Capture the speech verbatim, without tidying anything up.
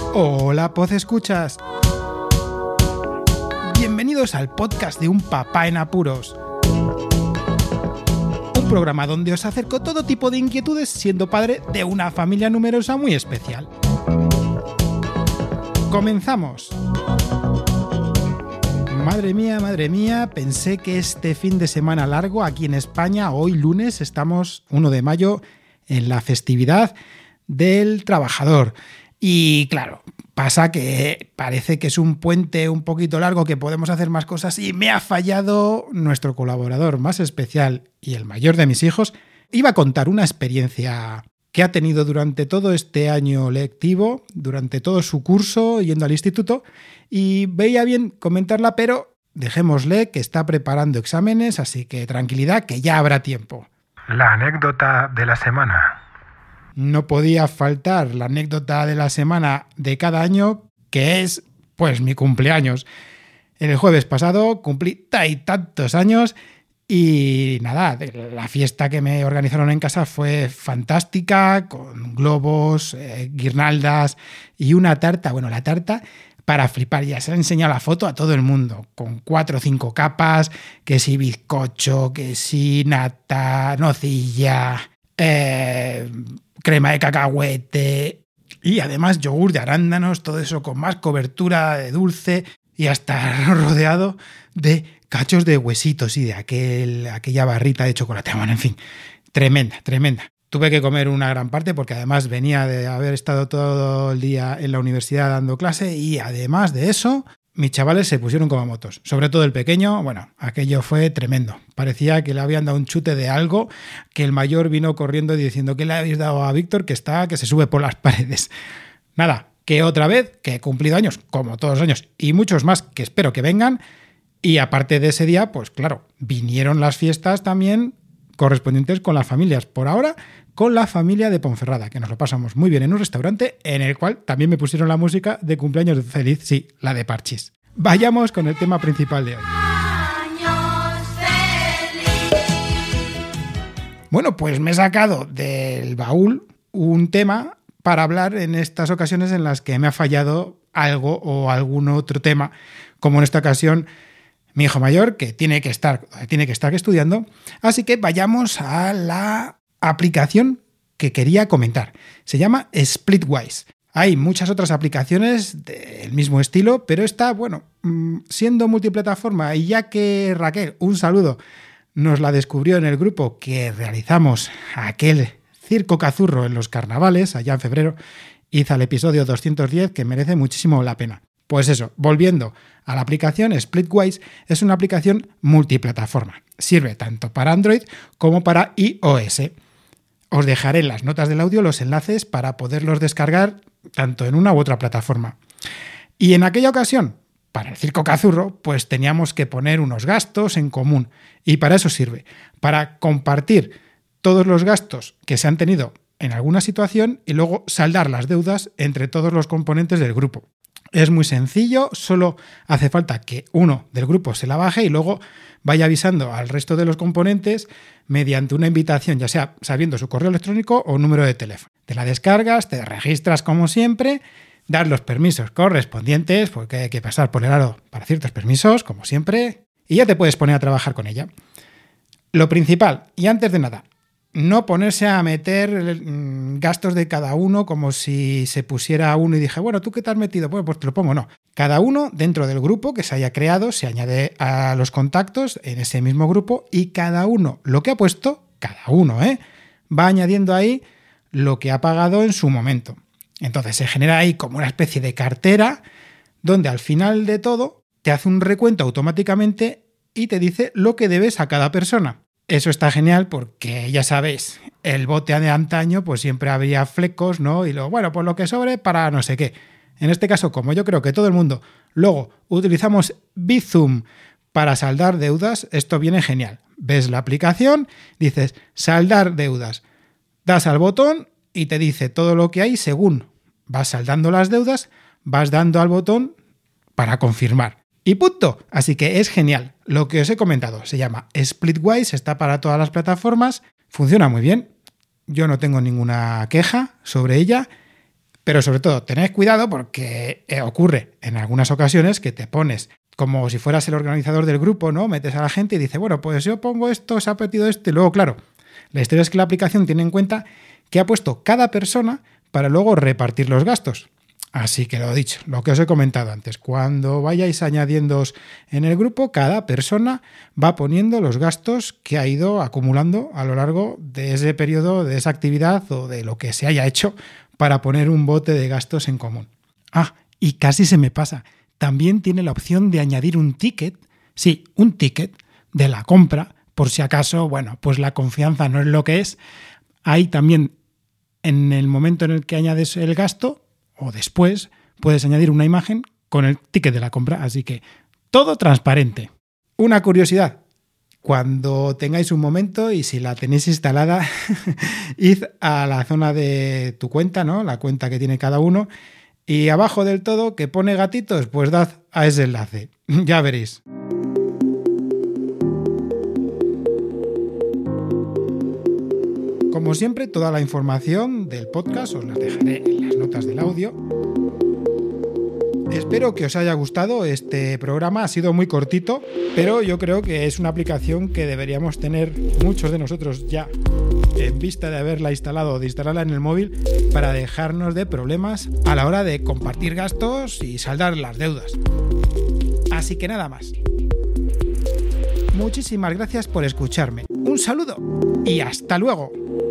Hola, Podescuchas. Bienvenidos al podcast de un papá en apuros. Un programa donde os acerco todo tipo de inquietudes siendo padre de una familia numerosa muy especial. ¡Comenzamos! Madre mía, madre mía, pensé que este fin de semana largo aquí en España, hoy lunes, estamos primero de mayo, en la festividad del trabajador. Y claro, pasa que parece que es un puente un poquito largo, que podemos hacer más cosas y me ha fallado nuestro colaborador más especial y el mayor de mis hijos. Iba a contar una experiencia que ha tenido durante todo este año lectivo, durante todo su curso yendo al instituto, y veía bien comentarla, pero dejémosle que está preparando exámenes, así que tranquilidad, que ya habrá tiempo. La anécdota de la semana. No podía faltar la anécdota de la semana de cada año, que es, pues, mi cumpleaños. El jueves pasado cumplí ta y tantos años y nada, la fiesta que me organizaron en casa fue fantástica, con globos, eh, guirnaldas y una tarta. Bueno, la tarta para flipar, ya se ha enseñado la foto a todo el mundo, con cuatro o cinco capas, que si bizcocho, que si nata, nocilla, eh, crema de cacahuete y además yogur de arándanos, todo eso con más cobertura de dulce y hasta rodeado de cachos de huesitos y de aquel, aquella barrita de chocolate. Bueno, en fin, tremenda, tremenda. Tuve que comer una gran parte porque además venía de haber estado todo el día en la universidad dando clase y además de eso, mis chavales se pusieron como motos. Sobre todo el pequeño, bueno, aquello fue tremendo. Parecía que le habían dado un chute de algo, que el mayor vino corriendo diciendo que le habéis dado a Víctor, que está, que se sube por las paredes. Nada, que otra vez, que he cumplido años, como todos los años, y muchos más que espero que vengan. Y aparte de ese día, pues claro, vinieron las fiestas también correspondientes con las familias. Por ahora, con la familia de Ponferrada, que nos lo pasamos muy bien en un restaurante en el cual también me pusieron la música de cumpleaños feliz, sí, la de Parchís. Vayamos con el tema principal de hoy. Bueno, pues me he sacado del baúl un tema para hablar en estas ocasiones en las que me ha fallado algo o algún otro tema, como en esta ocasión mi hijo mayor, que tiene que estar, tiene que estar estudiando. Así que vayamos a la aplicación que quería comentar. Se llama Splitwise. Hay muchas otras aplicaciones del mismo estilo, pero esta, bueno, siendo multiplataforma, y ya que Raquel, un saludo, nos la descubrió en el grupo que realizamos aquel circo cazurro en los carnavales, allá en febrero, hizo el episodio doscientos diez, que merece muchísimo la pena. Pues eso, volviendo a la aplicación, Splitwise es una aplicación multiplataforma. Sirve tanto para Android como para iOS. Os dejaré en las notas del audio los enlaces para poderlos descargar tanto en una u otra plataforma. Y en aquella ocasión, para el circo cazurro, pues teníamos que poner unos gastos en común. Y para eso sirve, para compartir todos los gastos que se han tenido en alguna situación y luego saldar las deudas entre todos los componentes del grupo. Es muy sencillo, solo hace falta que uno del grupo se la baje y luego vaya avisando al resto de los componentes mediante una invitación, ya sea sabiendo su correo electrónico o número de teléfono. Te la descargas, te registras como siempre, das los permisos correspondientes, porque hay que pasar por el aro para ciertos permisos, como siempre, y ya te puedes poner a trabajar con ella. Lo principal, y antes de nada, no ponerse a meter mmm, gastos de cada uno como si se pusiera uno y dije, bueno, ¿tú qué te has metido? Bueno, pues te lo pongo. No. Cada uno dentro del grupo que se haya creado se añade a los contactos en ese mismo grupo y cada uno lo que ha puesto, cada uno, ¿eh? va añadiendo ahí lo que ha pagado en su momento. Entonces se genera ahí como una especie de cartera donde al final de todo te hace un recuento automáticamente y te dice lo que debes a cada persona. Eso está genial porque, ya sabéis, el bote de antaño pues siempre habría flecos, ¿no? Y lo bueno, pues lo que sobre para no sé qué. En este caso, como yo creo que todo el mundo luego utilizamos Bizum para saldar deudas, esto viene genial. Ves la aplicación, dices saldar deudas, das al botón y te dice todo lo que hay según vas saldando las deudas, vas dando al botón para confirmar. Y punto. Así que es genial. Lo que os he comentado se llama Splitwise, está para todas las plataformas, funciona muy bien. Yo no tengo ninguna queja sobre ella, Pero sobre todo, tened cuidado porque eh, ocurre en algunas ocasiones que te pones como si fueras el organizador del grupo, ¿no? Metes a la gente y dices, bueno, pues yo pongo esto, se ha pedido esto, y luego, claro, la historia es que la aplicación tiene en cuenta que ha puesto cada persona para luego repartir los gastos. Así que lo dicho, lo que os he comentado antes, cuando vayáis añadiéndoos en el grupo, cada persona va poniendo los gastos que ha ido acumulando a lo largo de ese periodo, de esa actividad o de lo que se haya hecho para poner un bote de gastos en común. Ah, y casi se me pasa. También tiene la opción de añadir un ticket, sí, un ticket de la compra, por si acaso, bueno, pues la confianza no es lo que es. Ahí también, en el momento en el que añades el gasto, o después, puedes añadir una imagen con el ticket de la compra. Así que todo transparente. Una curiosidad. Cuando tengáis un momento y si la tenéis instalada, id a la zona de tu cuenta, ¿no? La cuenta que tiene cada uno. Y abajo del todo, que pone gatitos, pues dad a ese enlace. Ya veréis. Como siempre, toda la información del podcast os la dejaré en las notas del audio. Espero que os haya gustado este programa. Ha sido muy cortito, pero yo creo que es una aplicación que deberíamos tener muchos de nosotros ya en vista de haberla instalado o de instalarla en el móvil para dejarnos de problemas a la hora de compartir gastos y saldar las deudas. Así que nada más. Muchísimas gracias por escucharme. Un saludo y hasta luego.